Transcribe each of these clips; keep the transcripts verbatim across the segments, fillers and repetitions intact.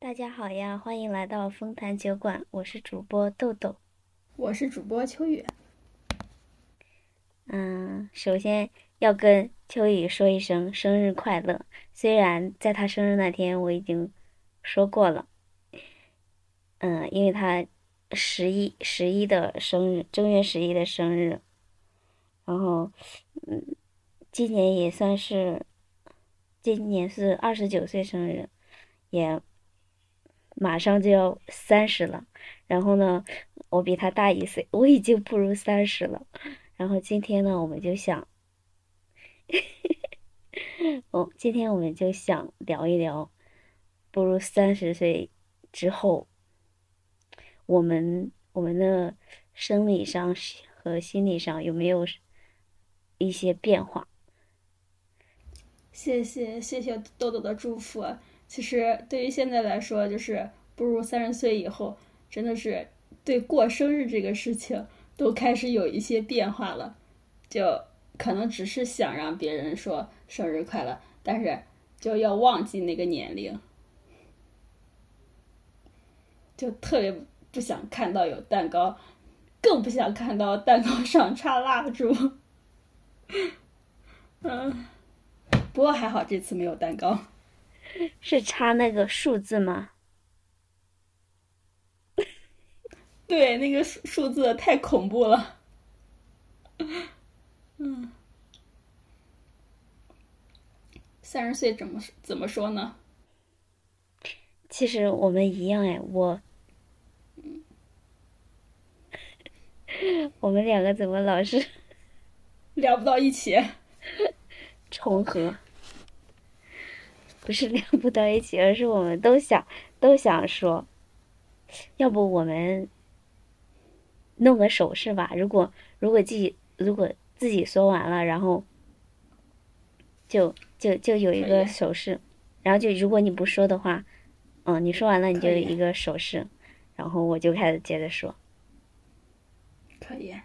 大家好呀，欢迎来到丰坛酒馆，我是主播豆豆。 我是主播秋雨。 嗯，首先要跟秋雨说一声生日快乐。虽然在他生日那天我已经说过了，嗯，因为他十一十一的生日，正月十一的生日，然后嗯，今年也算是今年是二十九岁生日，也马上就要三十了。然后呢，我比他大一岁，我已经步入三十了。然后今天呢，我们就想，哦，今天我们就想聊一聊步入三十岁之后，我们我们的生理上和心理上有没有一些变化？ 谢谢谢谢豆豆的祝福。其实对于现在来说，就是步入三十岁以后，真的是对过生日这个事情都开始有一些变化了。就可能只是想让别人说生日快乐，但是就要忘记那个年龄，就特别不想看到有蛋糕，更不想看到蛋糕上插蜡烛。嗯，不过还好这次没有蛋糕。 是差那个数字吗？ 对，那个数数字太恐怖了。嗯，三十岁怎么怎么说呢？ 其实我们一样哎，我我们两个怎么老是聊不到一起。 重合？不是聊不到一起，而是我们都想都想说，要不我们弄个手势吧？如果如果自己如果自己说完了，然后就就就有一可以， 个手势，然后就如果你不说的话，嗯，你说完了你就可以， 有一个手势，然后我就开始接着说。 可以。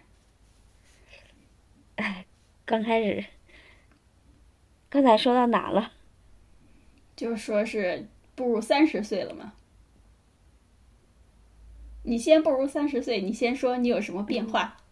刚开始刚才说到哪了？ 就说是步入三十岁了嘛。你先步入三十岁，你先说你有什么变嗯化？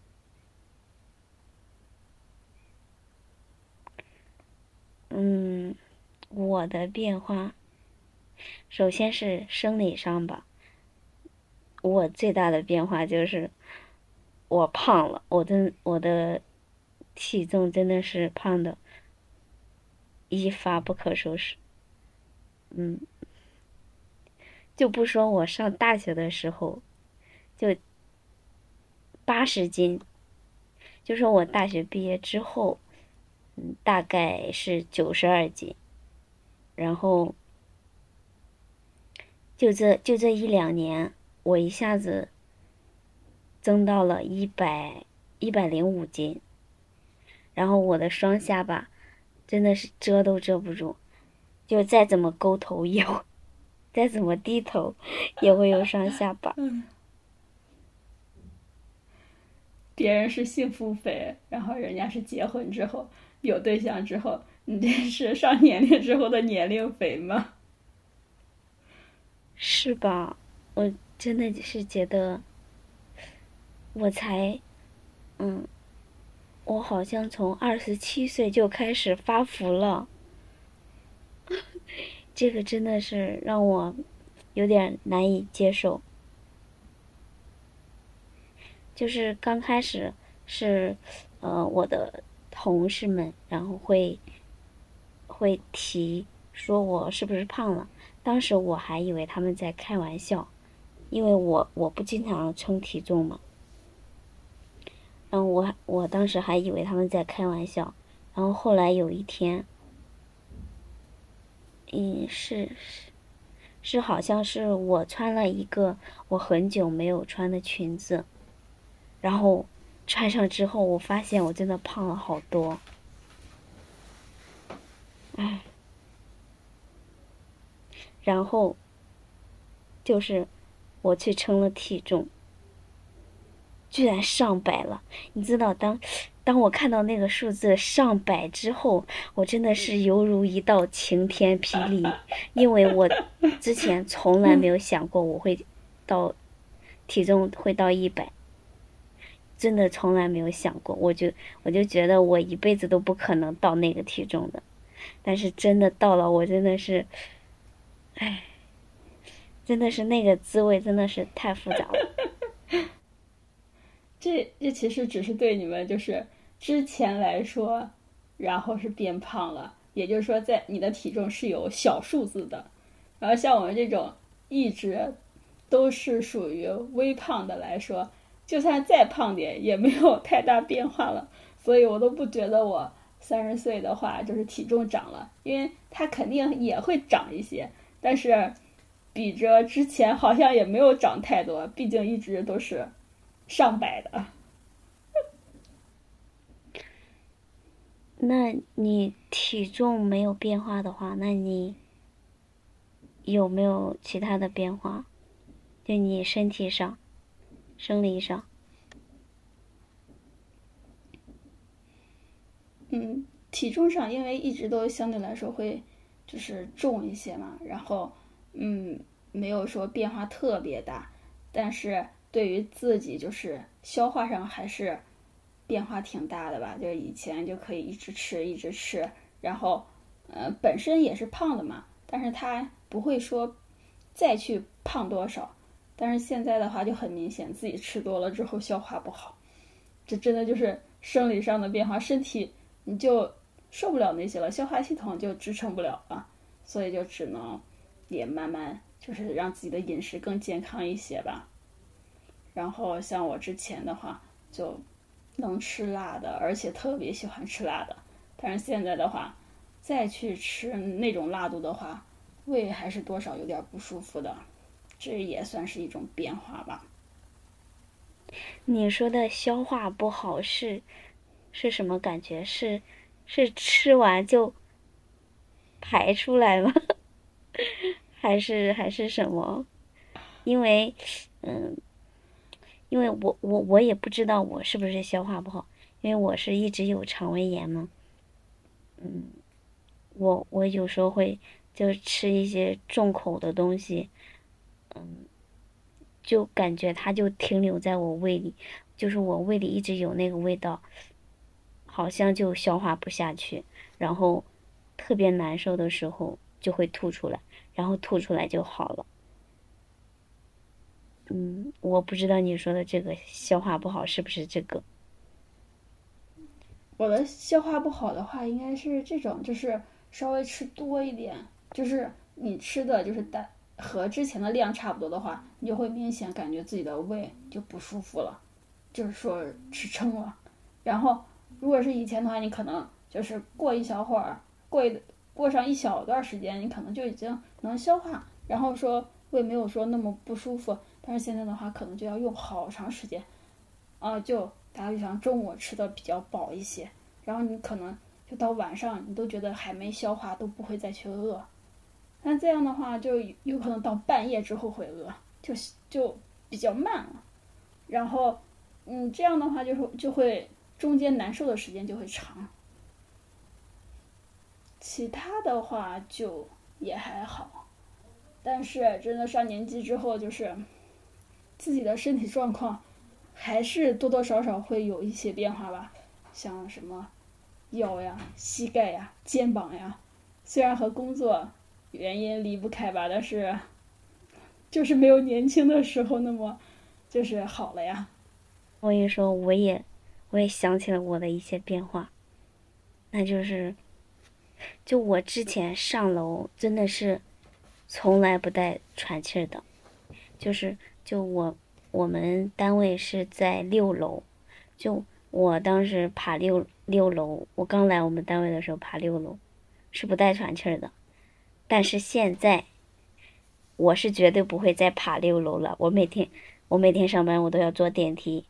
嗯，我的变化首先是生理上吧，我最大的变化就是我胖了，我的我的体重真的是胖的一发不可收拾。嗯，就不说我上大学的时候就八十斤，就说我大学毕业之后，嗯，大概是九十二斤，然后就这就这一两年，我一下子增到了一百一百零五斤，然后我的双下巴真的是遮都遮不住，就再怎么勾头也会，再怎么低头也会有双下巴。 嗯，别人是幸福肥，然后人家是结婚之后有对象之后，你这是上年龄之后的年龄肥吗？ 是吧？我真的是觉得我才，嗯，我好像从二十七岁就开始发福了，这个真的是让我有点难以接受。就是刚开始是，呃，我的同事们，然后会会提说我是不是胖了，当时我还以为他们在开玩笑，因为我我不经常称体重嘛，然后我我当时还以为他们在开玩笑，然后后来有一天，嗯，是是是好像是我穿了一个我很久没有穿的裙子，然后穿上之后，我发现我真的胖了好多，唉，然后就是我去称了体重，居然上百了。你知道当当我看到那个数字上百之后，我真的是犹如一道晴天霹雳，因为我之前从来没有想过我会到体重会到一百，真的从来没有想过，我就我就觉得我一辈子都不可能到那个体重的，但是真的到了，我真的是，唉，真的是那个滋味真的是太复杂了。 这这其实只是对你们就是之前来说，然后是变胖了，也就是说在你的体重是有小数字的，然后像我们这种一直都是属于微胖的来说，就算再胖点也没有太大变化了，所以我都不觉得我三十岁的话就是体重长了，因为它肯定也会长一些，但是比着之前好像也没有长太多，毕竟一直都是上百的。 那你体重没有变化的话，那你有没有其他的变化？就你身体上、生理上？ 嗯，体重上因为一直都相对来说会就是重一些嘛，然后嗯没有说变化特别大，但是对于自己就是消化上还是变化挺大的吧。就是以前就可以一直吃一直吃，然后呃本身也是胖的嘛，但是他不会说再去胖多少，但是现在的话就很明显自己吃多了之后消化不好，这真的就是生理上的变化，身体你就受不了那些了，消化系统就支撑不了了，所以就只能也慢慢就是让自己的饮食更健康一些吧。然后像我之前的话就能吃辣的，而且特别喜欢吃辣的，但是现在的话再去吃那种辣度的话，胃还是多少有点不舒服的，这也算是一种变化吧。 你说的消化不好是是什么感觉？是是吃完就排出来吗？还是还是什么？因为，嗯，因为我我我也不知道我是不是消化不好，因为我是一直有肠胃炎嘛。我我有时候会就吃一些重口的东西，就感觉它就停留在我胃里，就是我胃里一直有那个味道，好像就消化不下去，然后特别难受的时候就会吐出来，然后吐出来就好了。嗯，我不知道你说的这个消化不好是不是这个？ 我的消化不好的话，应该是这种，就是稍微吃多一点，就是你吃的就是单和之前的量差不多的话，你就会明显感觉自己的胃就不舒服了，就是说吃撑了。然后如果是以前的话，你可能就是过一小会儿，过一过上一小段时间，你可能就已经能消化，然后说胃没有说那么不舒服。但是现在的话，可能就要用好长时间。啊，就打个比方，中午吃的比较饱一些，然后你可能就到晚上，你都觉得还没消化，都不会再去饿。那这样的话，就有可能到半夜之后会饿，就就比较慢了。然后，嗯，这样的话就是就会中间难受的时间就会长。其他的话就也还好，但是真的上年纪之后，就是自己的身体状况还是多多少少会有一些变化吧，像什么腰呀、膝盖呀、肩膀呀，虽然和工作原因离不开吧，但是就是没有年轻的时候那么就是好了呀。 我跟你说，我也我也想起了我的一些变化，那就是就我之前上楼真的是从来不带喘气儿的，就是就我我们单位是在六楼，就我当时爬六六楼，我刚来我们单位的时候爬六楼是不带喘气儿的，但是现在我是绝对不会再爬六楼了，我每天我每天上班我都要坐电梯，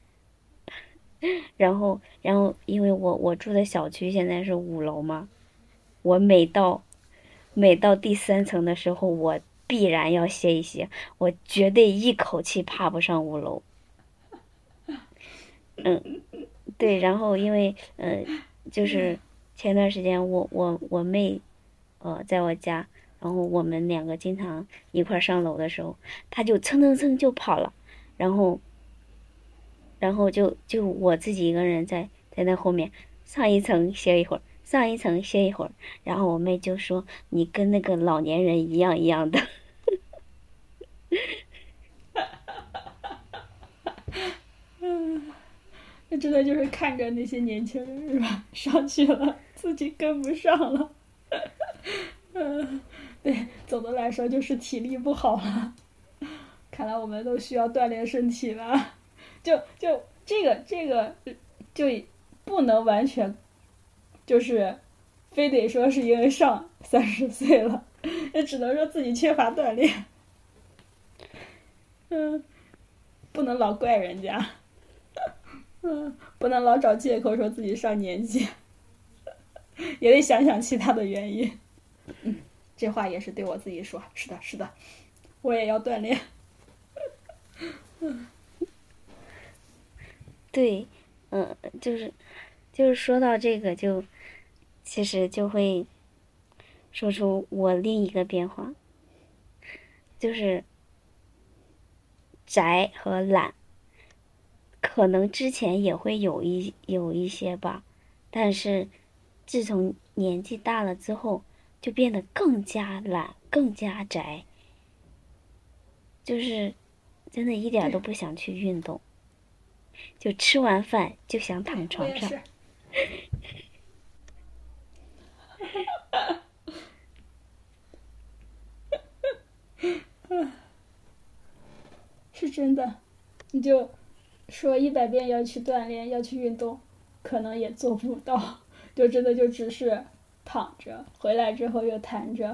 然后然后因为我我住的小区现在是五楼嘛，我每到每到第三层的时候，我必然要歇一歇，我绝对一口气爬不上五楼。嗯， 对，然后因为呃，就是前段时间我我我妹，呃，在我家，然后我们两个经常一块儿上楼的时候，她就蹭蹭蹭就跑了，然后然后就就我自己一个人在在那后面上一层歇一会儿，上一层歇一会儿，然后我妹就说你跟那个老年人一样一样的。 那真的就是看着那些年轻人是吧，上去了，自己跟不上了。嗯，对，总的来说就是体力不好了。看来我们都需要锻炼身体了。就就这个这个就不能完全就是非得说是因为上三十岁了，也只能说自己缺乏锻炼。嗯，不能老怪人家。嗯，不能老找借口说自己上年纪，也得想想其他的原因。嗯，这话也是对我自己说。是的，是的，我也要锻炼。 对，嗯，就是就是说到这个就，其实就会说出我另一个变化，就是宅和懒，可能之前也会有一有一些吧，但是自从年纪大了之后，就变得更加懒，更加宅，就是真的一点都不想去运动，就吃完饭就想躺床上。 是真的，你就说一百遍要去锻炼，要去运动，可能也做不到，就真的就只是躺着，回来之后又瘫着，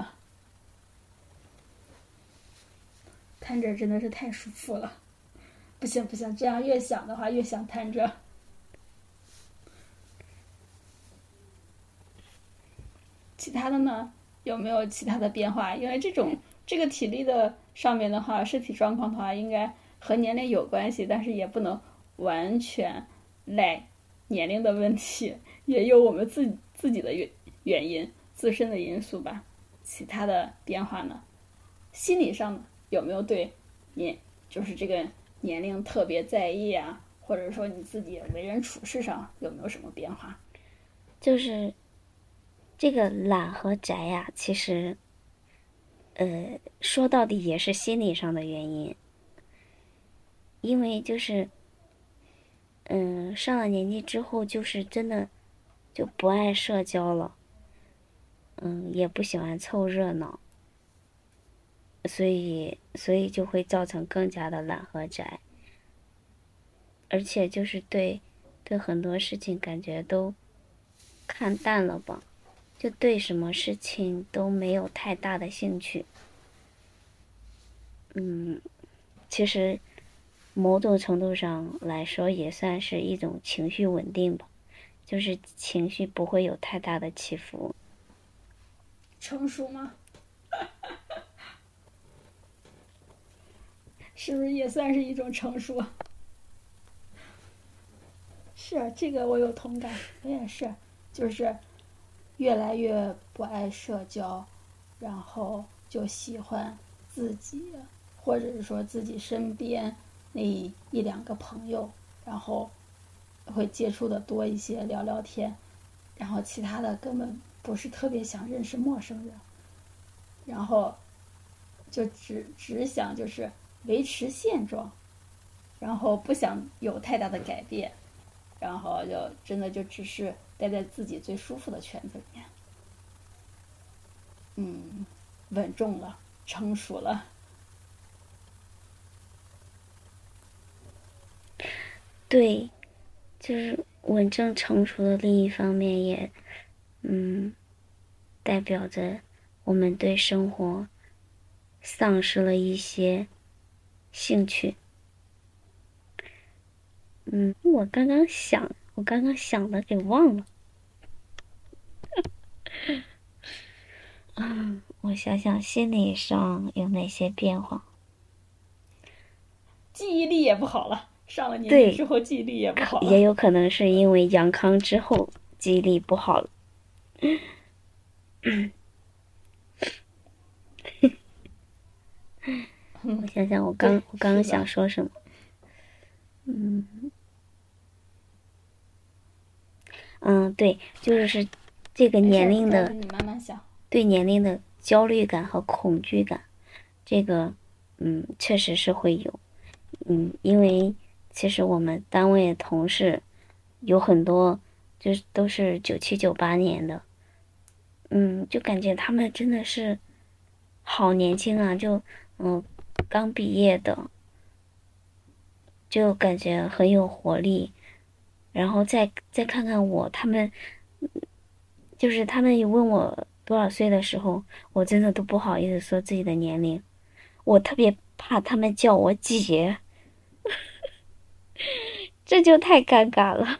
瘫着真的是太舒服了。不行不行，这样越想的话越想瘫着。其他的呢？有没有其他的变化？因为这种这个体力的上面的话，身体状况的话，应该和年龄有关系，但是也不能完全赖年龄的问题，也有我们自己自己的原原因、自身的因素吧。其他的变化呢？心理上有没有对年就是这个年龄特别在意啊？或者说你自己为人处事上有没有什么变化？ 就是这个懒和宅呀、其实，呃，说到底也是心理上的原因，因为就是，嗯，上了年纪之后，就是真的就不爱社交了，嗯，也不喜欢凑热闹，所以所以就会造成更加的懒和宅，而且就是对对很多事情感觉都看淡了吧，就对什么事情都没有太大的兴趣。嗯，其实某种程度上来说，也算是一种情绪稳定吧，就是情绪不会有太大的起伏。 成熟吗？是不是也算是一种成熟？是这个我有同感，我也是，就是越来越不爱社交，然后就喜欢自己，或者是说自己身边那一两个朋友，然后会接触的多一些，聊聊天，然后其他的根本不是特别想认识陌生人，然后就只只想就是维持现状，然后不想有太大的改变，然后就真的就只是待在自己最舒服的圈子里面。嗯，稳重了，成熟了。 对，就是稳正成熟的另一方面也，嗯，代表着我们对生活丧失了一些兴趣。嗯，我刚刚想，我刚刚想的给忘了。嗯，我想想，心理上有哪些变化？ 记忆力也不好了， 上了年纪对， 之后记忆力也不好了。 也有可能是因为阳康之后记忆力不好了。我想想，我刚对， 我刚刚是的。 想说什么？嗯嗯，对，就是这个没事儿， 年龄的要不你慢慢想。 对年龄的焦虑感和恐惧感，这个嗯确实是会有。嗯，因为其实我们单位的同事有很多就是都是九七九八年的，嗯，就感觉他们真的是好年轻啊，就嗯刚毕业的，就感觉很有活力。然后再再看看我，他们就是他们有问我多少岁的时候，我真的都不好意思说自己的年龄，我特别怕他们叫我姐，这就太尴尬了。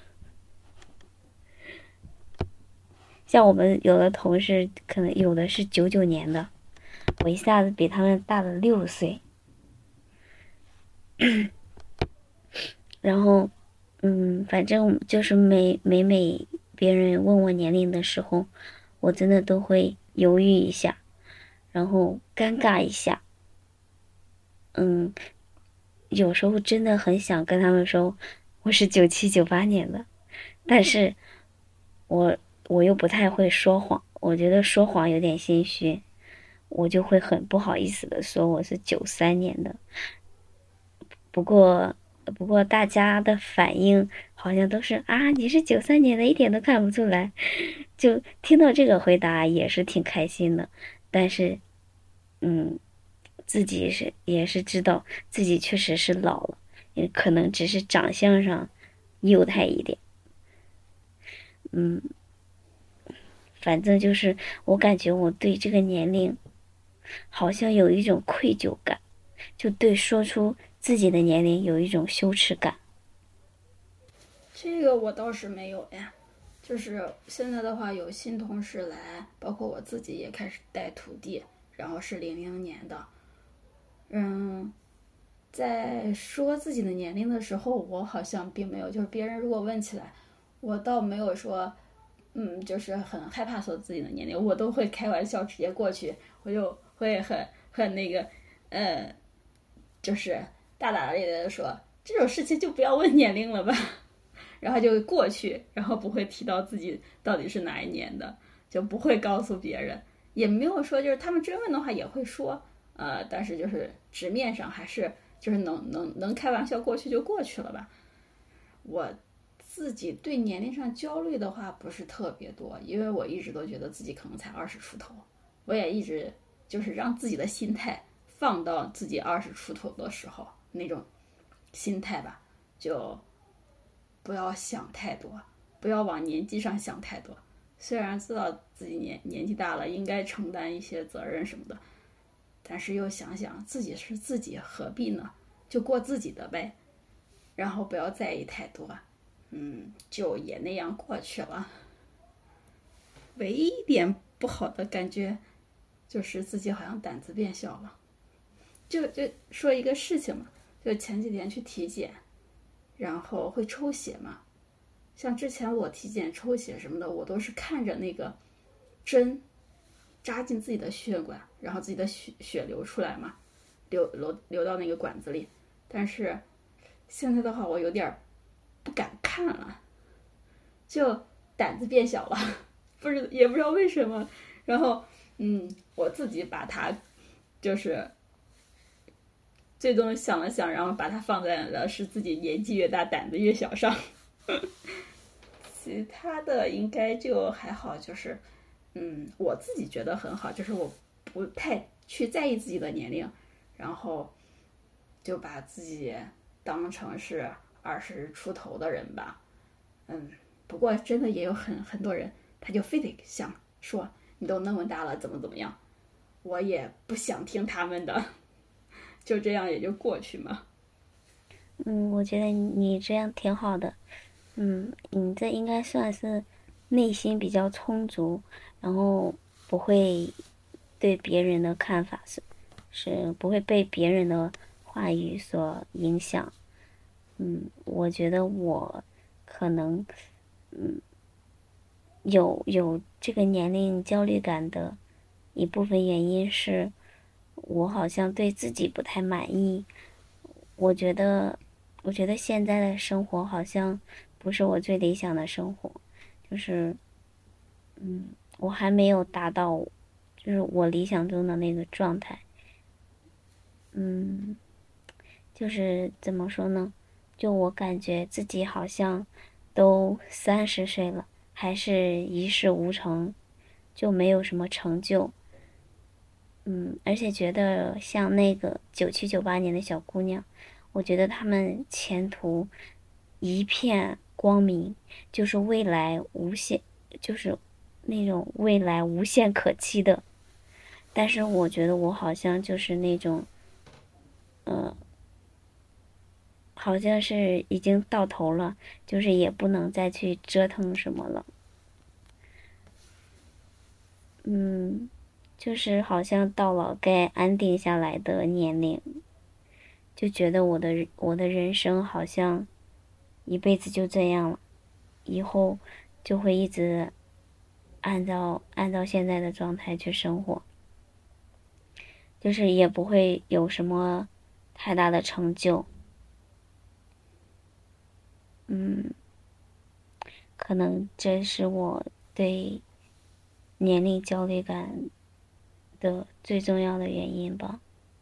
像我们有的同事，可能有的是九九年的，我一下子比他们大了六岁。然后，嗯，反正就是每每每别人问我年龄的时候，我真的都会犹豫一下，然后尴尬一下。嗯，有时候真的很想跟他们说我是九七九八年的，但是我我又不太会说谎，我觉得说谎有点心虚，我就会很不好意思的说我是九三年的。不过不过大家的反应好像都是啊，你是九三年的，一点都看不出来。就听到这个回答也是挺开心的，但是嗯，自己是也是知道自己确实是老了，也可能只是长相上幼态一点。嗯，反正就是我感觉我对这个年龄好像有一种愧疚感，就对说出自己的年龄有一种羞耻感。 这个我倒是没有呀，就是现在的话，有新同事来，包括我自己也开始带徒弟，然后是零零年的。嗯，在说自己的年龄的时候，我好像并没有，就是别人如果问起来，我倒没有说，嗯，就是很害怕说自己的年龄，我都会开玩笑直接过去，我就会很很那个，呃，就是大大咧咧的说，这种事情就不要问年龄了吧。然后就过去，然后不会提到自己到底是哪一年的，就不会告诉别人，也没有说就是他们追问的话也会说，呃，但是就是直面上还是就是能能能开玩笑过去就过去了吧。我自己对年龄上焦虑的话不是特别多，因为我一直都觉得自己可能才二十出头，我也一直就是让自己的心态放到自己二十出头的时候那种心态吧，就不要想太多，不要往年纪上想太多。虽然知道自己年年纪大了，应该承担一些责任什么的，但是又想想自己是自己，何必呢？就过自己的呗，然后不要在意太多，嗯，就也那样过去了。唯一一点不好的感觉就是自己好像胆子变小了。就就说一个事情嘛，就前几天去体检，然后会抽血嘛。像之前我体检抽血什么的，我都是看着那个针扎进自己的血管，然后自己的血血流出来嘛，流流流到那个管子里。但是现在的话，我有点不敢看了，就胆子变小了，不是也不知道为什么。然后嗯，我自己把它就是最终想了想，然后把它放在了是自己年纪越大胆子越小上。其他的应该就还好，就是嗯，我自己觉得很好，就是我不太去在意自己的年龄，然后就把自己当成是二十出头的人吧。嗯，不过真的也有很很多人，他就非得想说你都那么大了，怎么怎么样，我也不想听他们的，就这样也就过去嘛。 嗯，我觉得你这样挺好的。嗯，你这应该算是内心比较充足，然后不会对别人的看法是是不会被别人的话语所影响。 嗯，我觉得我可能，嗯，有有这个年龄焦虑感的一部分原因是，我好像对自己不太满意。我觉得，我觉得现在的生活好像不是我最理想的生活，就是，嗯，我还没有达到，就是我理想中的那个状态。嗯，就是怎么说呢？就我感觉自己好像都三十岁了，还是一事无成，就没有什么成就。嗯，而且觉得像那个九七九八年的小姑娘，我觉得她们前途一片光明，就是未来无限，就是那种未来无限可期的。但是我觉得我好像就是那种，呃，好像是已经到头了，就是也不能再去折腾什么了。嗯，就是好像到了该安定下来的年龄，就觉得我的我的人生好像一辈子就这样了，以后就会一直按照按照现在的状态去生活，就是也不会有什么太大的成就。嗯，可能这是我对年龄焦虑感的最重要的原因吧。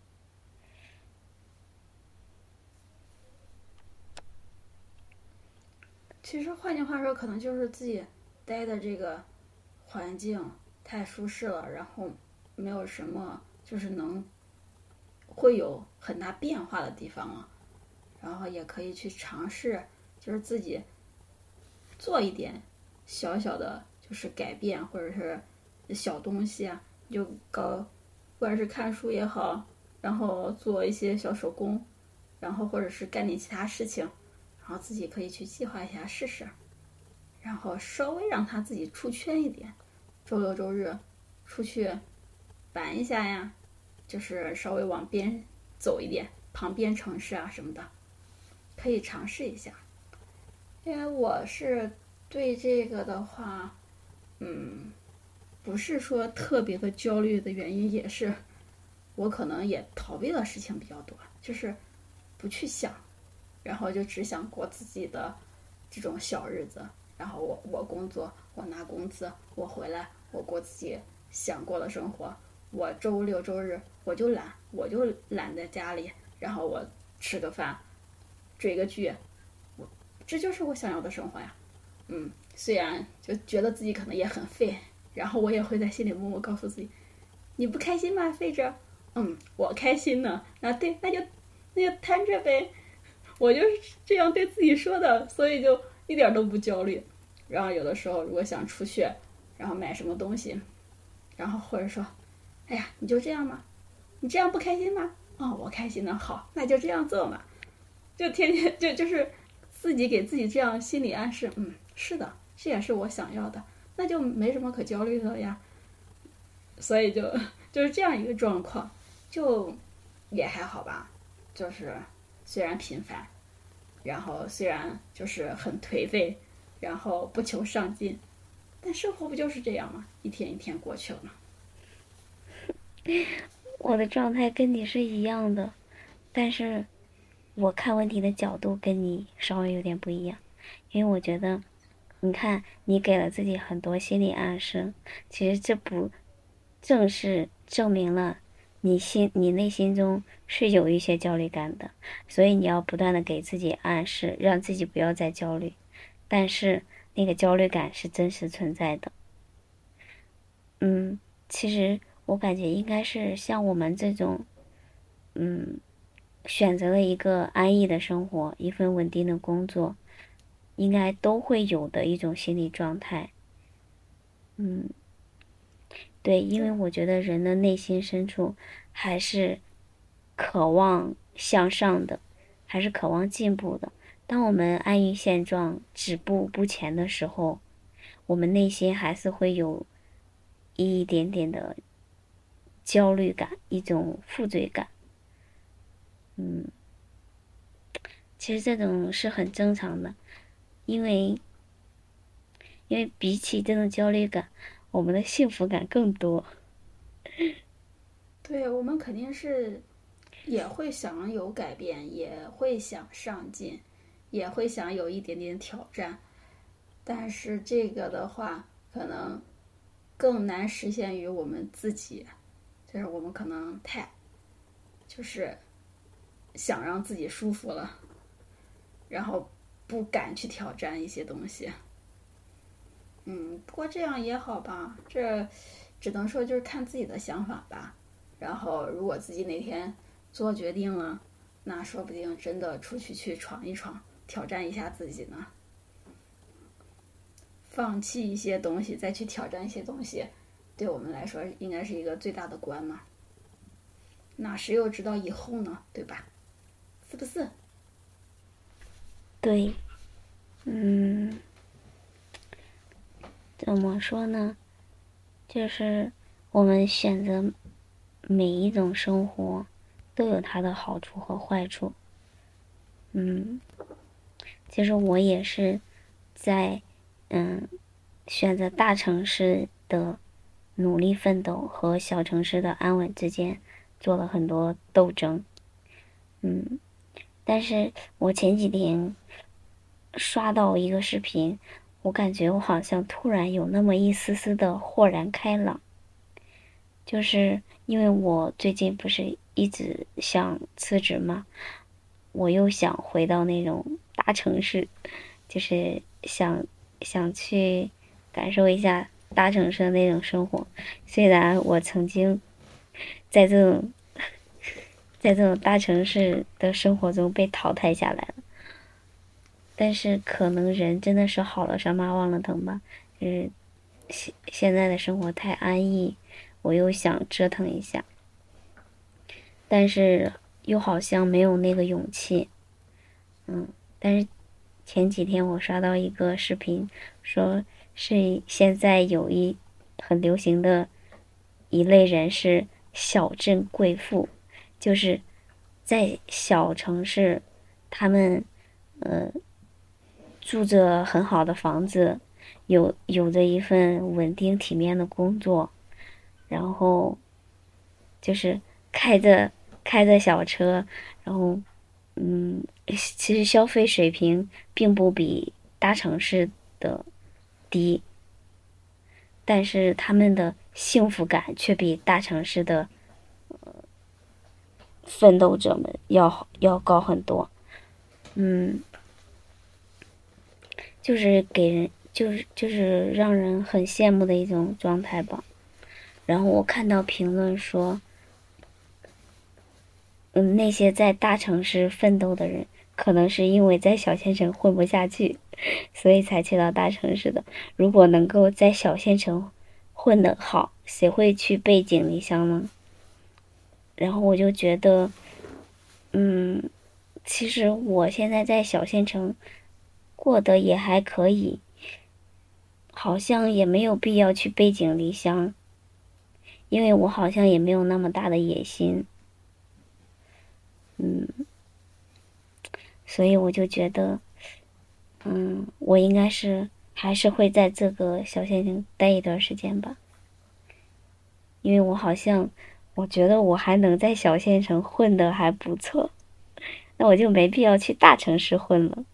其实换句话说，可能就是自己待的这个环境太舒适了，然后没有什么就是能会有很大变化的地方了，然后也可以去尝试，就是自己做一点小小的，就是改变或者是小东西啊，就搞，不管是看书也好，然后做一些小手工，然后或者是干点其他事情，然后自己可以去计划一下试试，然后稍微让他自己出圈一点，周六周日出去玩一下呀，就是稍微往边走一点，旁边城市啊什么的，可以尝试一下。因为我是对这个的话，嗯，不是说特别的焦虑的原因，也是我可能也逃避的事情比较多，就是不去想，然后就只想过自己的这种小日子，然后我我工作，我拿工资，我回来，我过自己想过的生活。我周六周日我就懒，我就懒在家里，然后我吃个饭，追个剧，我这就是我想要的生活呀。嗯，虽然就觉得自己可能也很废，然后我也会在心里默默告诉自己，你不开心吗，废着？嗯，我开心呢。那对，那就那就摊着呗。我就是这样对自己说的，所以就一点都不焦虑。然后有的时候如果想出去，然后买什么东西，然后或者说，哎呀，你就这样吗？你这样不开心吗？哦，我开心的好，那就这样做嘛。就天天就就是自己给自己这样心理暗示，嗯，是的，这也是我想要的，那就没什么可焦虑的呀。所以就就是这样一个状况，就也还好吧。就是虽然平凡，然后虽然就是很颓废，然后不求上进，但生活不就是这样吗？一天一天过去了嘛。 我的状态跟你是一样的，但是我看问题的角度跟你稍微有点不一样，因为我觉得，你看你给了自己很多心理暗示，其实这不正是证明了你心你内心中是有一些焦虑感的，所以你要不断的给自己暗示，让自己不要再焦虑，但是那个焦虑感是真实存在的。嗯，其实我感觉应该是像我们这种，嗯，选择了一个安逸的生活，一份稳定的工作，应该都会有的一种心理状态。嗯，对，因为对， 我觉得人的内心深处还是渴望向上的，还是渴望进步的。当我们安于现状、止步不前的时候，我们内心还是会有一点点的焦虑感，一种负罪感。嗯， 其实这种是很正常的，因为因为比起这种焦虑感，我们的幸福感更多。 对，我们肯定是也会想有改变，也会想上进，也会想有一点点挑战，但是这个的话，可能更难实现于我们自己，就是我们可能太就是想让自己舒服了，然后不敢去挑战一些东西。嗯，不过这样也好吧，这只能说就是看自己的想法吧。然后如果自己哪天做决定了，那说不定真的出去去闯一闯，挑战一下自己呢。放弃一些东西，再去挑战一些东西，对我们来说应该是一个最大的关嘛。那谁又知道以后呢？对吧？是不是？ 对，嗯，怎么说呢？就是我们选择每一种生活，都有它的好处和坏处。嗯，其实我也是在嗯选择大城市的努力奋斗和小城市的安稳之间做了很多斗争。嗯，但是我前几天刷到一个视频，我感觉我好像突然有那么一丝丝的豁然开朗，就是因为我最近不是一直想辞职嘛，我又想回到那种大城市，就是想想去感受一下大城市的那种生活。虽然我曾经在这种在这种大城市的生活中被淘汰下来了，但是可能人真的是好了伤疤忘了疼吧。就是现现在的生活太安逸，我又想折腾一下，但是又好像没有那个勇气。嗯，但是前几天我刷到一个视频，说是现在有一很流行的一类人是小镇贵妇，就是在小城市，他们呃住着很好的房子，有有着一份稳定体面的工作，然后就是开着开着小车，然后嗯，其实消费水平并不比大城市的低，但是他们的幸福感却比大城市的奋斗者们要要高很多。嗯，就是给人就是就是让人很羡慕的一种状态吧。然后我看到评论说，嗯，那些在大城市奋斗的人，可能是因为在小县城混不下去，所以才去到大城市的。如果能够在小县城混得好，谁会去背井离乡呢？然后我就觉得，嗯，其实我现在在小县城过得也还可以，好像也没有必要去背井离乡，因为我好像也没有那么大的野心。嗯，所以我就觉得，嗯，我应该是还是会在这个小县城待一段时间吧，因为我好像我觉得我还能在小县城混得还不错，那我就没必要去大城市混了。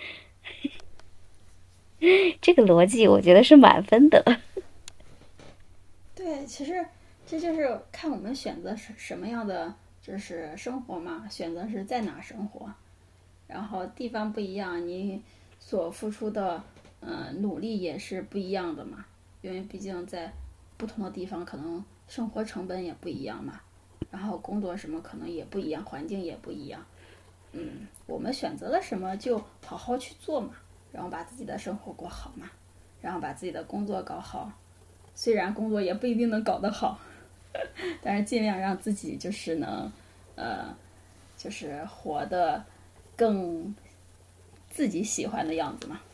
这个逻辑我觉得是满分的。 对，其实这就是看我们选择什什么样的就是生活嘛，选择是在哪生活，然后地方不一样，你所付出的呃努力也是不一样的嘛，因为毕竟在不同的地方可能生活成本也不一样嘛，然后工作什么可能也不一样，环境也不一样。嗯，我们选择了什么就好好去做嘛，然后把自己的生活过好嘛，然后把自己的工作搞好。虽然工作也不一定能搞得好，但是尽量让自己就是能，呃，就是活得更自己喜欢的样子嘛。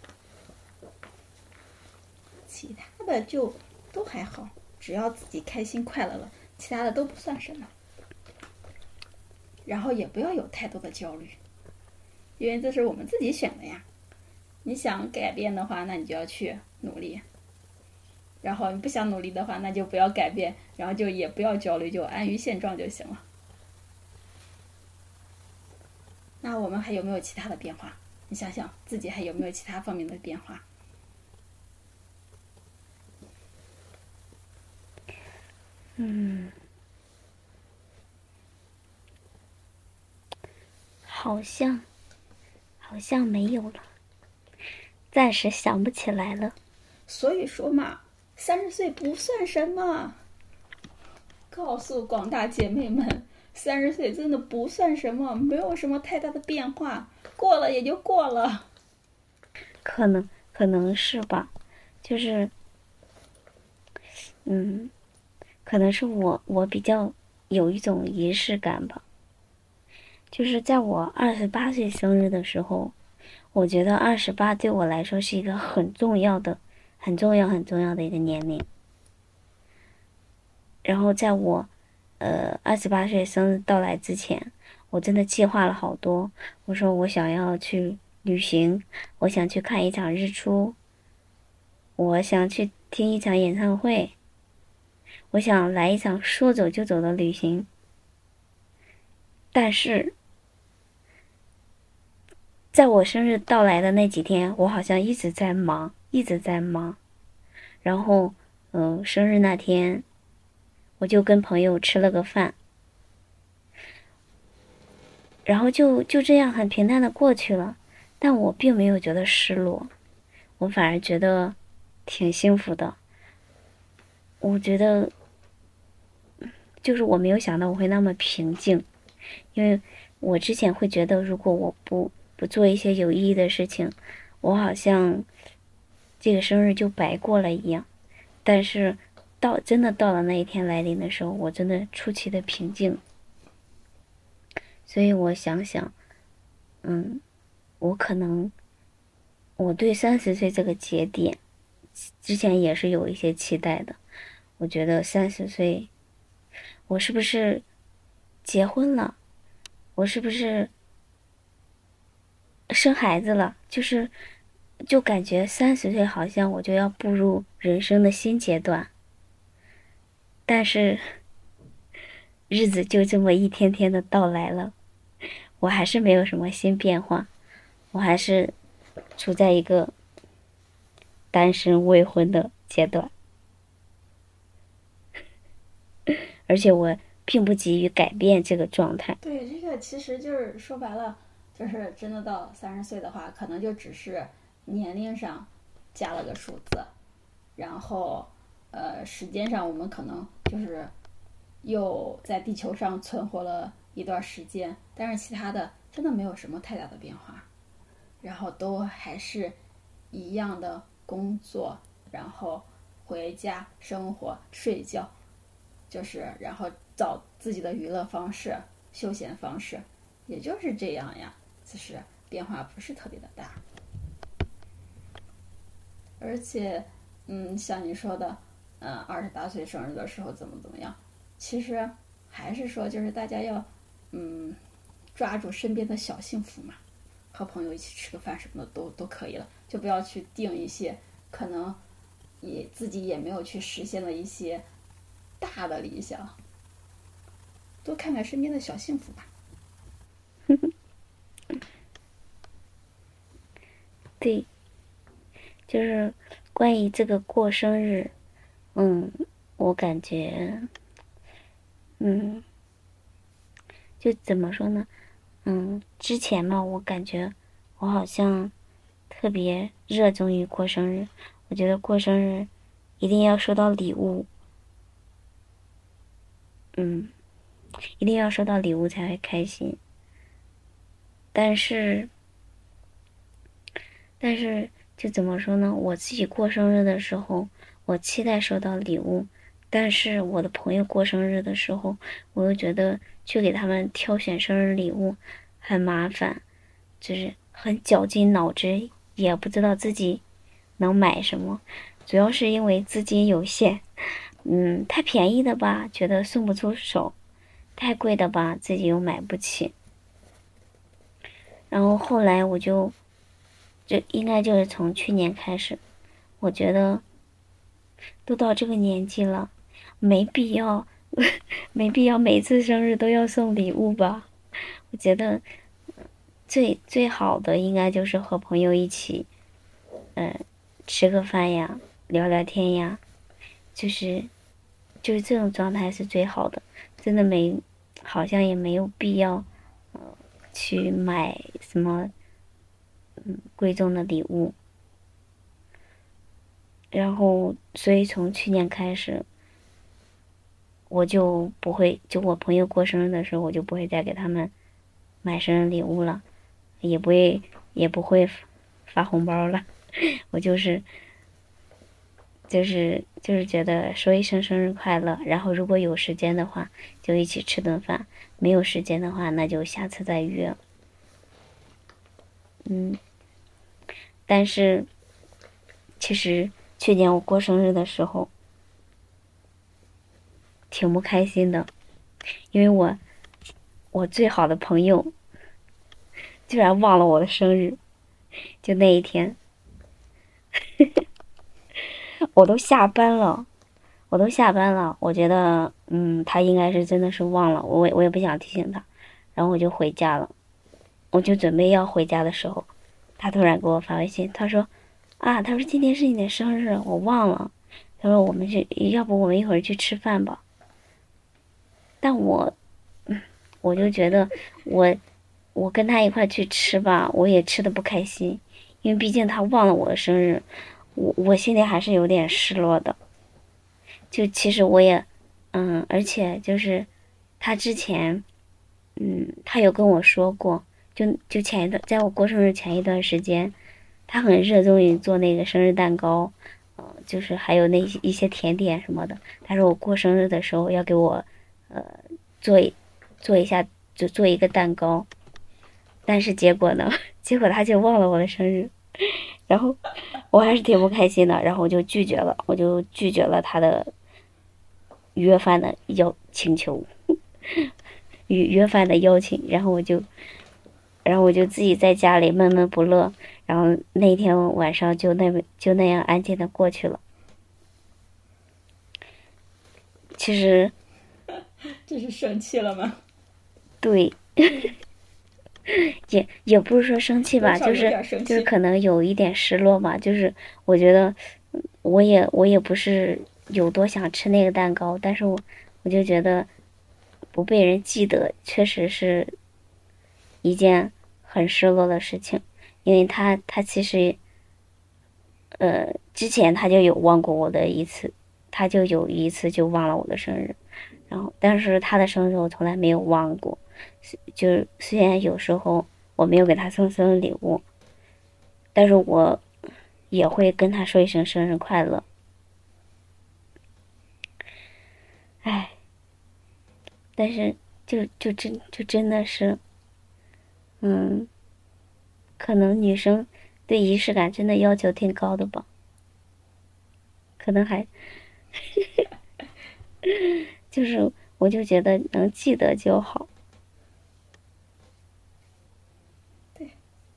其他的就都还好，只要自己开心快乐了，其他的都不算什么。然后也不要有太多的焦虑， 因为这是我们自己选的呀。你想改变的话，那你就要去努力。然后你不想努力的话，那就不要改变，然后就也不要焦虑，就安于现状就行了。那我们还有没有其他的变化？你想想自己还有没有其他方面的变化？ 嗯，好像好像没有了，暂时想不起来了。 所以说嘛，三十岁不算什么。告诉广大姐妹们，三十岁真的不算什么，没有什么太大的变化，过了也就过了。 可能可能是吧，就是，嗯，可能是我我比较有一种仪式感吧。就是在我二十八岁生日的时候，我觉得二十八对我来说是一个很重要的、很重要、很重要的一个年龄。然后在我，呃，二十八岁生日到来之前，我真的计划了好多。我说我想要去旅行，我想去看一场日出，我想去听一场演唱会，我想来一场说走就走的旅行。但是，在我生日到来的那几天，我好像一直在忙，一直在忙。然后，嗯、呃，生日那天，我就跟朋友吃了个饭，然后就就这样很平淡的过去了。但我并没有觉得失落，我反而觉得挺幸福的。我觉得，就是我没有想到我会那么平静，因为我之前会觉得，如果我不不做一些有意义的事情，我好像这个生日就白过了一样。但是到真的到了那一天来临的时候，我真的出奇的平静。所以我想想，嗯，我可能我对三十岁这个节点之前也是有一些期待的。我觉得三十岁，我是不是结婚了？我是不是生孩子了？就是就感觉三十岁好像我就要步入人生的新阶段。但是日子就这么一天天的到来了，我还是没有什么新变化，我还是处在一个单身未婚的阶段，而且我并不急于改变这个状态。 对，这个其实就是说白了，就是真的到三十岁的话，可能就只是年龄上加了个数字，然后呃，时间上我们可能就是又在地球上存活了一段时间，但是其他的真的没有什么太大的变化，然后都还是一样的工作，然后回家生活睡觉，就是然后找自己的娱乐方式、休闲方式，也就是这样呀，就是变化不是特别的大。而且，嗯，像你说的，嗯，二十八岁生日的时候怎么怎么样，其实还是说就是大家要，嗯，抓住身边的小幸福嘛，和朋友一起吃个饭什么的都都可以了，就不要去定一些可能也自己也没有去实现的一些大的理想，多看看身边的小幸福吧。 对，就是关于这个过生日，嗯，我感觉，嗯，就怎么说呢？嗯，之前嘛，我感觉我好像特别热衷于过生日，我觉得过生日一定要收到礼物，嗯，一定要收到礼物才会开心。但是，但是就怎么说呢？我自己过生日的时候，我期待收到礼物，但是我的朋友过生日的时候，我又觉得去给他们挑选生日礼物很麻烦，就是很绞尽脑汁，也不知道自己能买什么。主要是因为资金有限，嗯，太便宜的吧，觉得送不出手；太贵的吧，自己又买不起。 然后后来我就，就应该就是从去年开始，我觉得都到这个年纪了，没必要，没必要每次生日都要送礼物吧。我觉得最最好的应该就是和朋友一起，呃，吃个饭呀，聊聊天呀，就是就是这种状态是最好的。真的没，好像也没有必要，呃，去买什么嗯贵重的礼物。然后，所以从去年开始，我就不会，就我朋友过生日的时候，我就不会再给他们买生日礼物了，也不会也不会发红包了。我就是就是就是觉得说一声生日快乐，然后如果有时间的话，就一起吃顿饭；没有时间的话，那就下次再约。嗯，但是其实去年我过生日的时候挺不开心的，因为我我最好的朋友居然忘了我的生日，就那一天，我都下班了，我都下班了，我觉得，嗯，他应该是真的是忘了，我我也不想提醒他，然后我就回家了。我就准备要回家的时候，他突然给我发微信，他说，啊，他说今天是你的生日，我忘了，他说我们去，要不我们一会儿去吃饭吧？但我，嗯，我就觉得我我跟他一块去吃吧，我也吃的不开心，因为毕竟他忘了我的生日，我我心里还是有点失落的。就其实我也，嗯，而且就是他之前，嗯，他有跟我说过，就就前一段，在我过生日前一段时间，他很热衷于做那个生日蛋糕，呃，就是还有那些一些甜点什么的。他说我过生日的时候要给我，呃，做一做一下，就做一个蛋糕。但是结果呢，结果他就忘了我的生日，然后我还是挺不开心的，然后我就拒绝了，我就拒绝了他的约饭的要请求，约约饭的邀请，然后我就，然后我就自己在家里闷闷不乐，然后那天晚上就那么就那样安静的过去了。其实这是生气了吗？ 对，也也不是说生气吧， 多少有就是点生气。 就是可能有一点失落吧，就是我觉得我也我也不是有多想吃那个蛋糕，但是我我就觉得不被人记得，确实是一件很失落的事情，因为他他其实呃之前他就有忘过我的一次，他就有一次就忘了我的生日，然后但是他的生日我从来没有忘过，就是虽然有时候我没有给他送生日礼物，但是我也会跟他说一声生日快乐。唉，但是就就真就真的是，嗯，可能女生对仪式感真的要求挺高的吧，可能还就是我就觉得能记得就好。 对，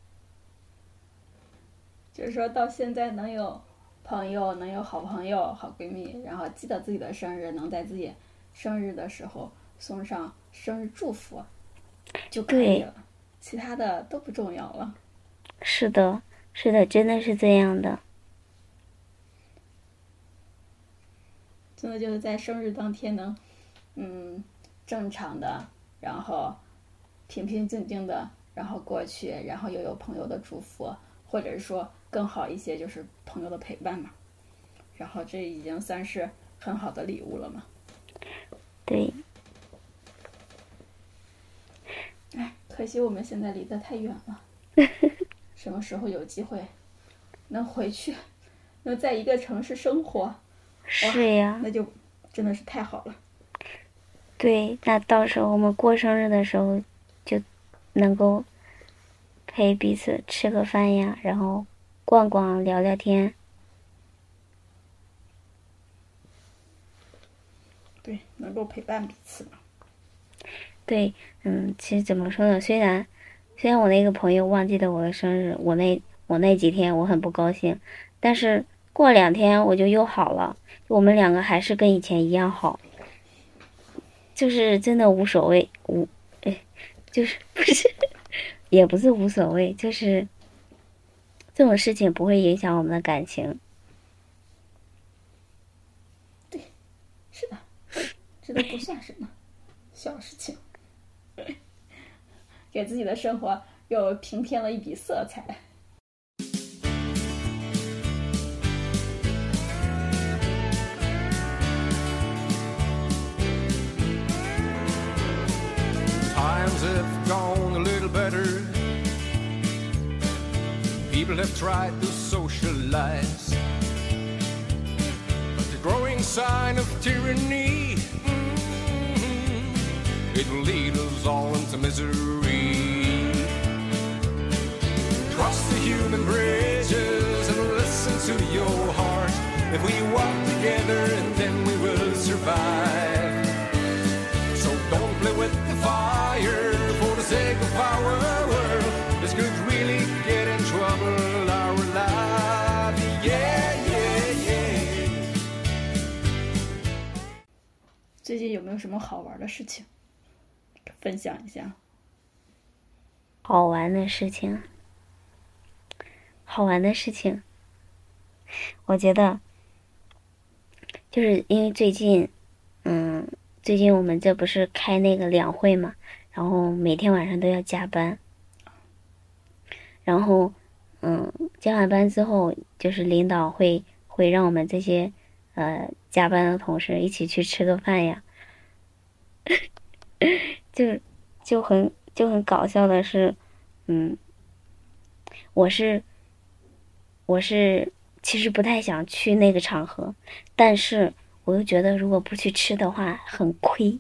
就是说到现在能有朋友，能有好朋友、好闺蜜，然后记得自己的生日，能在自己生日的时候送上生日祝福就可以对， 了，其他的都不重要了。 是的，是的，真的是这样的。 真的就是在生日当天能，嗯，正常的，然后平平静静的，然后过去，然后又有朋友的祝福，或者是说更好一些，就是朋友的陪伴嘛。然后这已经算是很好的礼物了嘛。 对， 哎，可惜我们现在离得太远了，什么时候有机会能回去，能在一个城市生活， 是呀， 那就真的是太好了。 对，那到时候我们过生日的时候，就能够陪彼此吃个饭呀，然后逛逛、聊聊天。 对，能够陪伴彼此嘛。 对，嗯，其实怎么说呢？虽然， 虽然我那个朋友忘记了我的生日，我那我那几天我很不高兴，但是过两天我就又好了，我们两个还是跟以前一样好，就是真的无所谓，无，哎，就是不是，也不是无所谓，就是这种事情不会影响我们的感情。 对，是的，这都不算什么小事情，给自己的生活又平添了一笔色彩。 Times have gone a little better. People have tried to socialize, but the growing sign of tyranny, mm-hmm, it will lead us all into misery. Cross the human bridges and listen to your heart. If we walk together, and then we will survive. So don't play with the fire for the sake of our world. This could really get in trouble, our life. Yeah, yeah, yeah. 最近有没有什么好玩的事情分享一下？ 好玩的事情，好玩的事情，我觉得就是因为最近，嗯。最近我们这不是开那个两会嘛，然后每天晚上都要加班，然后，嗯，加完班之后，就是领导会会让我们这些呃加班的同事一起去吃个饭呀，就就很就很搞笑的是，嗯，我是我是其实不太想去那个场合，但是。我又觉得如果不去吃的话很亏，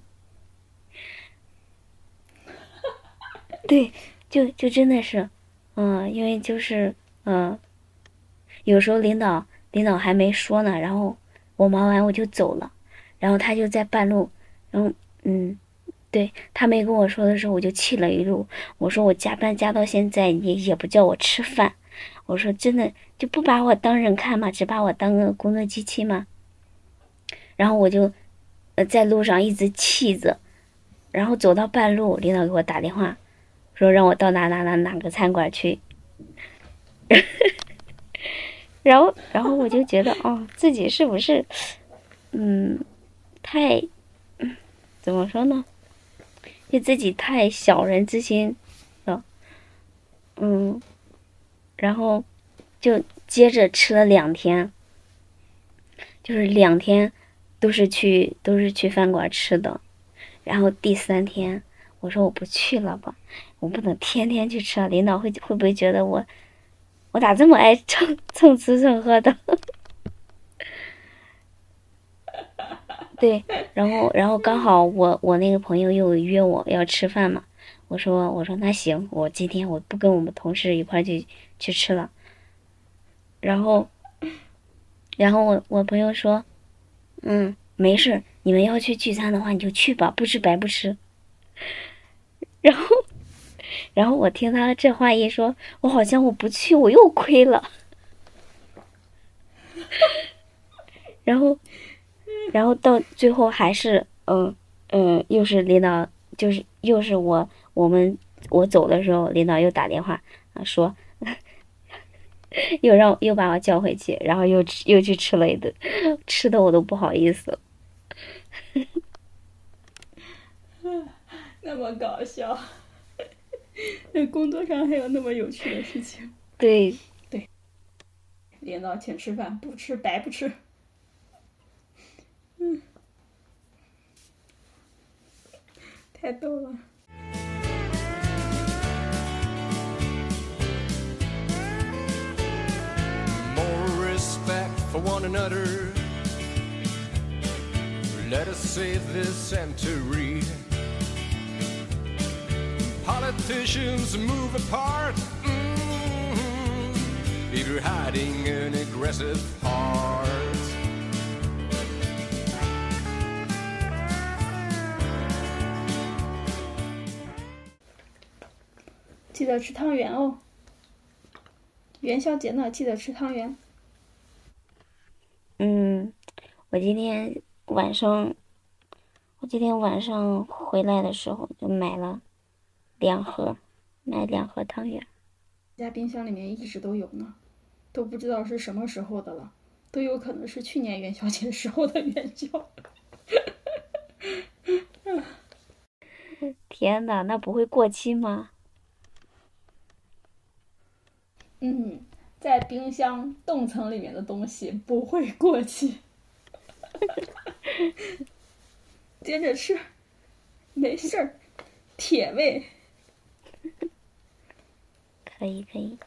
对，就就真的是，嗯，因为就是嗯，有时候领导领导还没说呢，然后我忙完我就走了，然后他就在半路，然后嗯，对他没跟我说的时候我就气了一路，我说我加班加到现在也也不叫我吃饭，我说真的就不把我当人看吗？只把我当个工作机器吗？然后我就，呃，在路上一直气着，然后走到半路，领导给我打电话，说让我到哪哪哪哪个餐馆去，然后，然后我就觉得，哦，自己是不是，嗯，太，嗯，怎么说呢？就自己太小人之心了，嗯，然后就接着吃了两天，就是两天。都是去都是去饭馆吃的，然后第三天我说我不去了吧，我不能天天去吃啊，领导会会不会觉得我我咋这么爱蹭蹭吃蹭喝的？对，然后然后刚好我我那个朋友又约我要吃饭嘛，我说我说那行，我今天我不跟我们同事一块去去吃了，然后然后我我朋友说。嗯，没事，你们要去聚餐的话，你就去吧，不吃白不吃。然后，然后我听他这话一说，我好像我不去，我又亏了。然后，然后到最后还是，嗯嗯，又是领导，就是又是我，我们我走的时候，领导又打电话啊说。又让又把我叫回去，然后又吃又去吃了一顿，吃的我都不好意思了。 那么搞笑，在工作上还有那么有趣的事情。 对对，领导请吃饭，不吃白不吃。嗯，太逗了。 For one another, let us save this century. Politicians move apart, mm-hmm, if you're hiding an aggressive heart. 记得吃汤圆哦。元宵节呢，记得吃汤圆。 嗯，我今天晚上，我今天晚上回来的时候就买了两盒，买两盒汤圆。 家冰箱里面一直都有呢，都不知道是什么时候的了，都有可能是去年元宵节时候的元宵。 天呐，那不会过期吗？ 嗯，在冰箱冻层里面的东西不会过期。接着吃，没事儿，铁胃。 可以可以。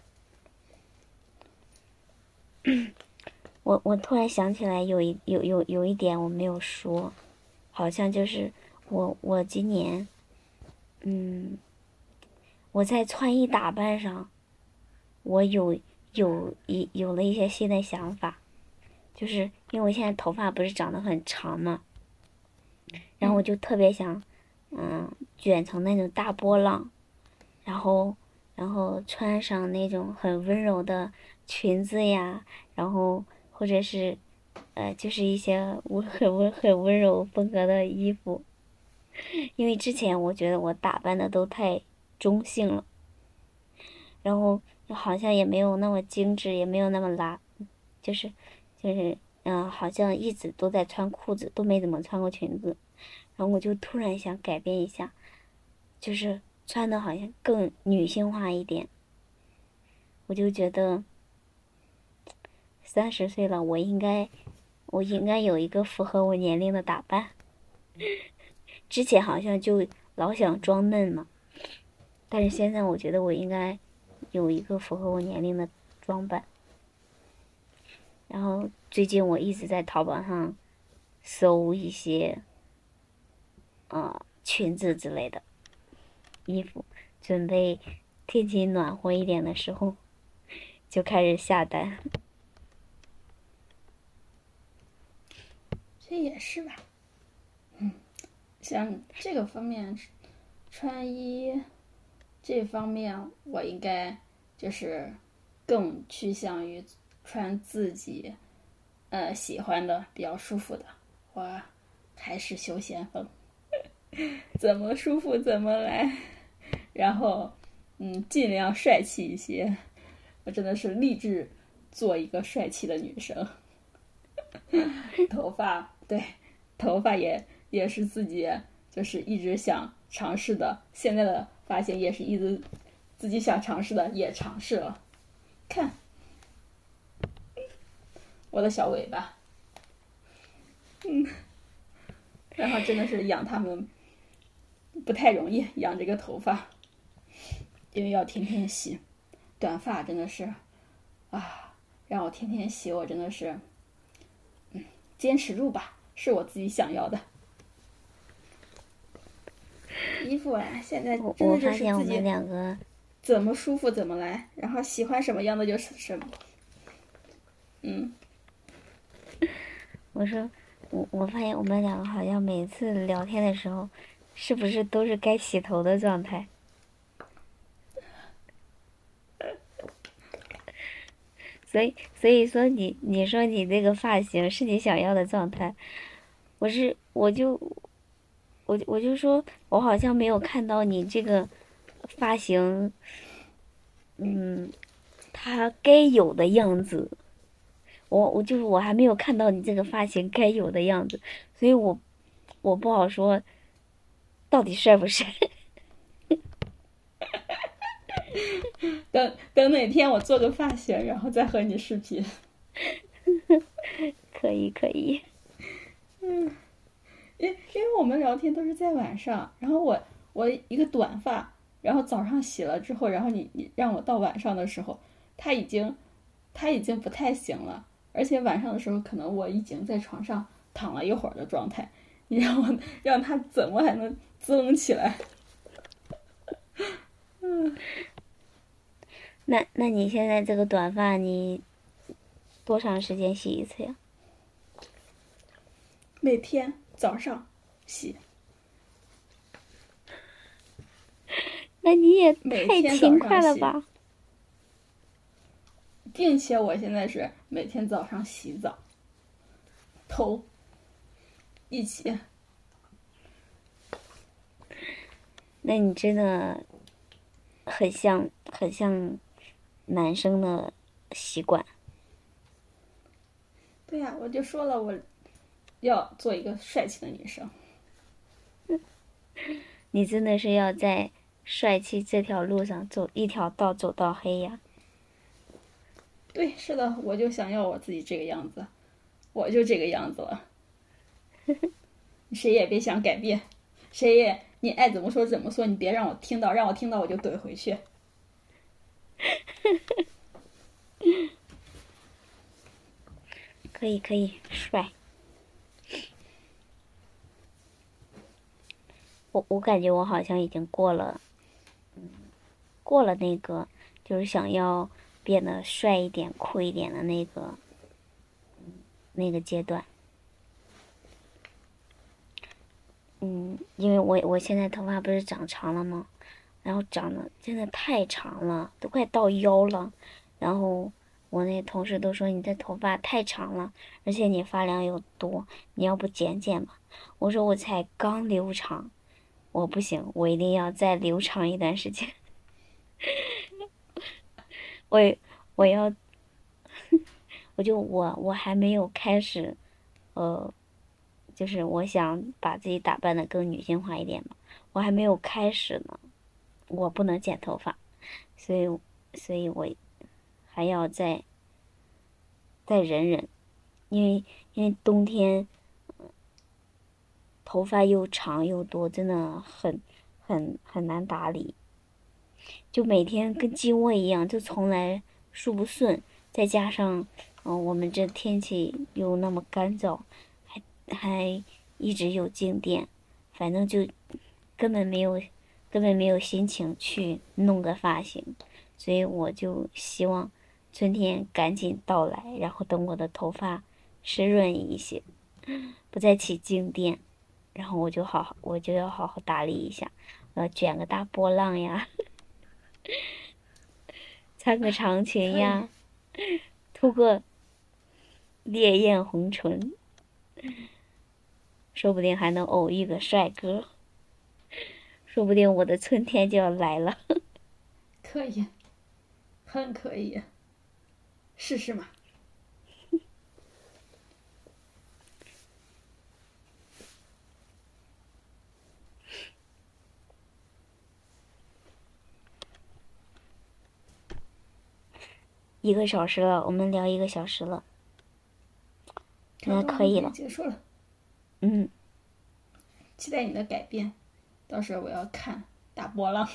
我我突然想起来有一有有有一点我没有说，好像就是我我今年，嗯，我在穿衣打扮上，我有有一有了一些新的想法，就是因为我现在头发不是长得很长嘛，然后我就特别想，嗯，卷成那种大波浪，然后然后穿上那种很温柔的裙子呀，然后或者是，呃，就是一些温很温很温柔风格的衣服，因为之前我觉得我打扮的都太中性了，然后好像也没有那么精致，也没有那么拉，就是就是嗯、呃好像一直都在穿裤子，都没怎么穿过裙子，然后我就突然想改变一下，就是穿的好像更女性化一点，我就觉得三十岁了，我应该我应该有一个符合我年龄的打扮。之前好像就老想装嫩嘛，但是现在我觉得我应该有一个符合我年龄的装扮。然后最近我一直在淘宝上搜一些呃裙子之类的衣服，准备天气暖和一点的时候就开始下单。 这也是吧。嗯，像这个方面，穿衣这方面，我应该就是更趋向于穿自己呃喜欢的、比较舒服的。我还是休闲风，怎么舒服怎么来。然后，嗯，尽量帅气一些。我真的是立志做一个帅气的女生。头发，对，头发也也是自己就是一直想尝试的，现在的发型也是一直自己想尝试的，也尝试了。看我的小尾巴，嗯，然后真的是养它们不太容易，养这个头发，因为要天天洗，短发真的是啊，让我天天洗，我真的是，嗯，坚持住吧，是我自己想要的。衣服啊，现在我真我发现我的就是自己们两个怎么舒服怎么来，然后喜欢什么样的就是什么。嗯， 我说我我发现我们两个好像每次聊天的时候，是不是都是该洗头的状态？所以所以说你你说你这个发型是你想要的状态，我是我就我我就说我好像没有看到你这个发型，嗯，它该有的样子。我我就是我还没有看到你这个发型该有的样子，所以我我不好说到底帅不帅。 等等哪天我做个发型，然后再和你视频。 可以可以。 嗯，因因为我们聊天都是在晚上，然后我我一个短发，然后早上洗了之后，然后你你让我到晚上的时候，它已经它已经不太行了，而且晚上的时候可能我已经在床上躺了一会儿的状态，你让我让它怎么还能滋楞起来？嗯， 那那你现在这个短发，你多长时间洗一次呀？ 每天早上洗。 那那你也太每天勤早上洗快了吧？ 并且我现在是每天早上洗澡，头一起。 那你真的很像很像男生的习惯。 对呀、我就说了，我要做一个帅气的女生。 你真的是要在帅气这条路上走一条道走到黑呀！ 对，是的，我就想要我自己这个样子，我就这个样子了。谁也别想改变，谁也你爱怎么说怎么说，你别让我听到，让我听到我就怼回去。 可以可以，帅。我我感觉我好像已经过了，嗯，过了那个就是想要变得帅一点、酷一点的那个，嗯，那个阶段。嗯，因为我我现在头发不是长长了吗？然后长得真的太长了，都快到腰了。然后我那同事都说你这头发太长了，而且你发量又多，你要不剪剪吧？我说我才刚留长，我不行，我一定要再留长一段时间。我我要，我就我我还没有开始，呃，就是我想把自己打扮的更女性化一点嘛，我还没有开始呢，我不能剪头发，所以所以我还要再再忍忍，因为因为冬天头发又长又多，真的很很很难打理，就每天跟鸡窝一样，就从来梳不顺，再加上嗯、呃我们这天气又那么干燥，还还一直有静电，反正就根本没有根本没有心情去弄个发型，所以我就希望春天赶紧到来，然后等我的头发湿润一些，不再起静电，然后我就好好我就要好好打理一下，呃，卷个大波浪呀，穿个长裙呀，涂个烈焰红唇，说不定还能偶遇个帅哥，说不定我的春天就要来了。 可以，很可以，试试嘛。 一个小时了，我们聊一个小时了，那可以了。 结束了， 嗯， 期待你的改变，到时候我要看大波浪，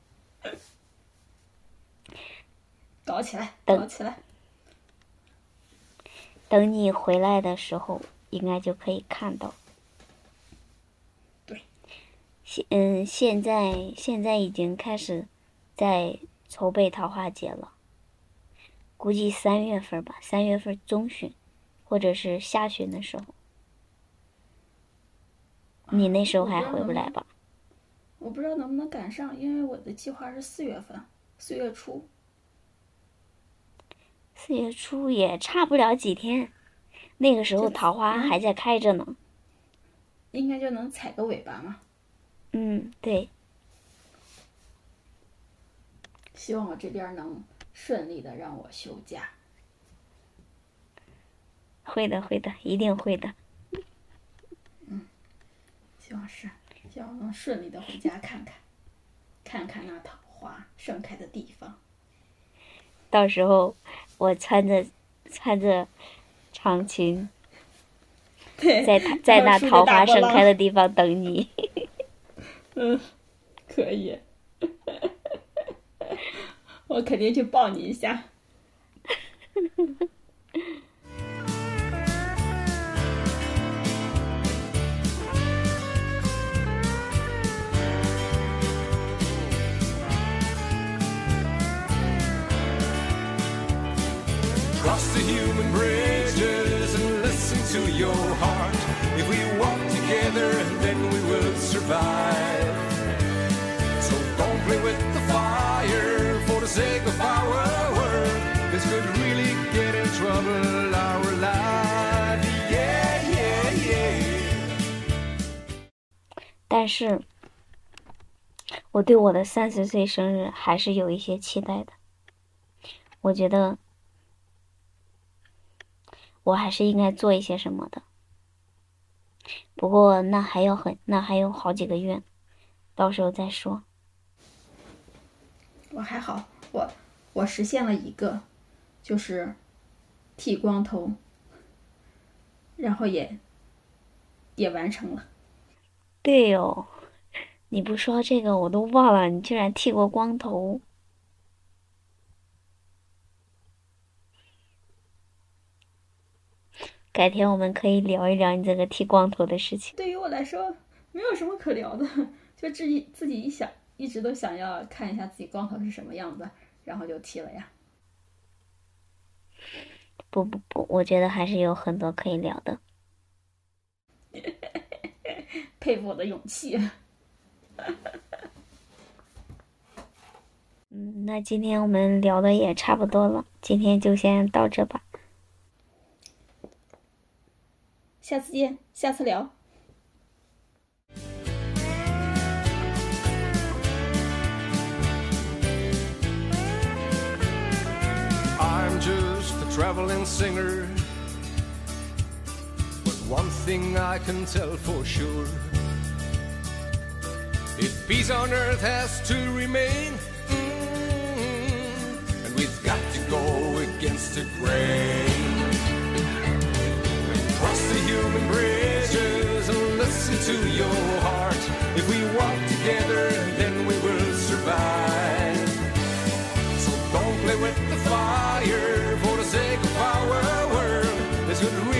搞起来， 等搞起来。 等你回来的时候，应该就可以看到。 对。 现嗯，现在现在已经开始在筹备桃花节了，估计三月份吧，三月份中旬，或者是下旬的时候。你那时候还回不来吧？ 我不知道能不能赶上，因为我的计划是四月份，四月初。 四月初也差不了几天，那个时候桃花还在开着呢。 应该就能踩个尾巴嘛。 嗯，对。 希望我这边能顺利的让我休假。 会的，会的，一定会的。 嗯，希望是，希望能顺利的回家看看，看看那桃花盛开的地方。 到时候我穿着穿着长裙，在在那桃花盛开的地方等你。 嗯，可以。我肯定去抱你一下。 Cross the human bridges and listen to your heart. If we walk together, then we will survive. So don't play with sake of our world. This could really get in trouble our life. Yeah, yeah, yeah. 但是我对我的三十岁生日还是有一些期待的。我觉得我还是应该做一些什么的。不过那还要很，那还有好几个月，到时候再说。 我还好，我我实现了一个，就是剃光头，然后也也完成了。 对哦，你不说这个我都忘了，你居然剃过光头。改天我们可以聊一聊你这个剃光头的事情。 对于我来说，没有什么可聊的，就自己自己一想，一直都想要看一下自己光头是什么样子，然后就剃了呀。 不不不，我觉得还是有很多可以聊的。 佩服我的勇气。 嗯，那今天我们聊的也差不多了，今天就先到这吧。 下次见，下次聊。 I'm just a traveling singer, but one thing I can tell for sure: if peace on earth has to remain, mm, and we've got to go against the grain. Cross the human bridges and listen to your heart. If we walk together, then we will survive. So don't play with the fire for the sake of our world. This could